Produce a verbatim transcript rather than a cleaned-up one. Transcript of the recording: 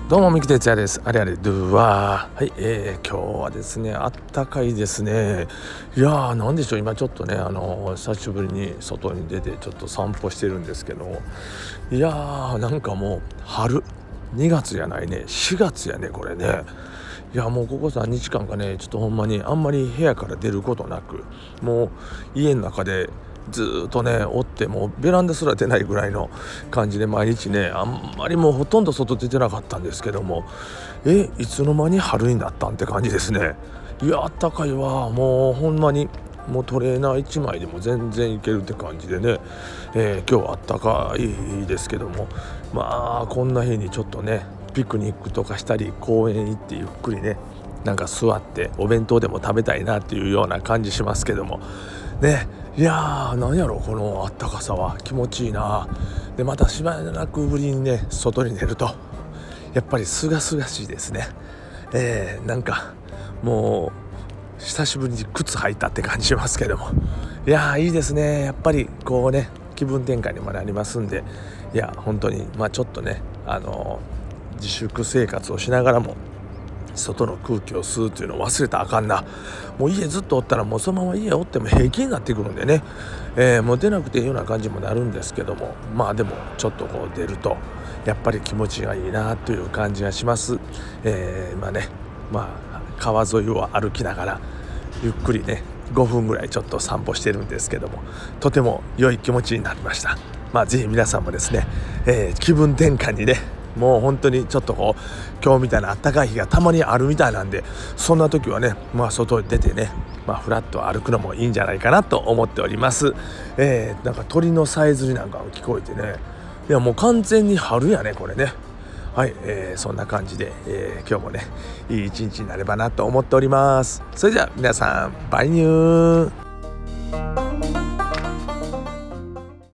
どうも三木哲也です。あれあれドゥワー。はい、えー、今日はですねあったかいですね。いやーなんでしょう、今ちょっとねあのー、久しぶりに外に出てちょっと散歩してるんですけど、いやーなんかもう春にがつやないねしがつやねこれね。いやもうここさんにちかんかねちょっとほんまにあんまり部屋から出ることなく、もう家の中でずーっとねおって、もうベランダすら出ないぐらいの感じで毎日ねあんまりもうほとんど外出てなかったんですけども、えいつの間に春になったんって感じですね。いやあったかいわ、もうほんまにもうトレーナーいちまいでも全然いけるって感じでね、えー、今日はあったかいですけども、まあこんな日にちょっとねピクニックとかしたり公園行ってゆっくりねなんか座ってお弁当でも食べたいなっていうような感じしますけどもね。いやーなんやろこのあったかさは気持ちいいな。でまたしばらくぶりにね外に出るとやっぱりすがすがしいですね。えー、なんかもう久しぶりに靴履いたって感じしますけども、いやーいいですね。やっぱりこうね気分転換にもなりますんで、いや本当にまあちょっとねあのー、自粛生活をしながらも外の空気を吸うというのを忘れたらあかんな。もう家ずっとおったらもうそのまま家おっても平気になってくるんでね、えー、もう出なくていいような感じもなるんですけども、まあでもちょっとこう出るとやっぱり気持ちがいいなという感じがします。えー、まあねまあ川沿いを歩きながらゆっくりねごふんぐらいちょっと散歩してるんですけども、とても良い気持ちになりました。まあぜひ皆さんもですね、えー、気分転換にねもう本当にちょっとこう今日みたいな暖かい日がたまにあるみたいなんで、そんな時はねまあ外に出てねまあフラッと歩くのもいいんじゃないかなと思っております。えー、なんか鳥のさえずりなんかも聞こえてね、いやもう完全に春やねこれね。はい、えー、そんな感じで、えー、今日もねいい一日になればなと思っております。それじゃあ皆さんバイニュー。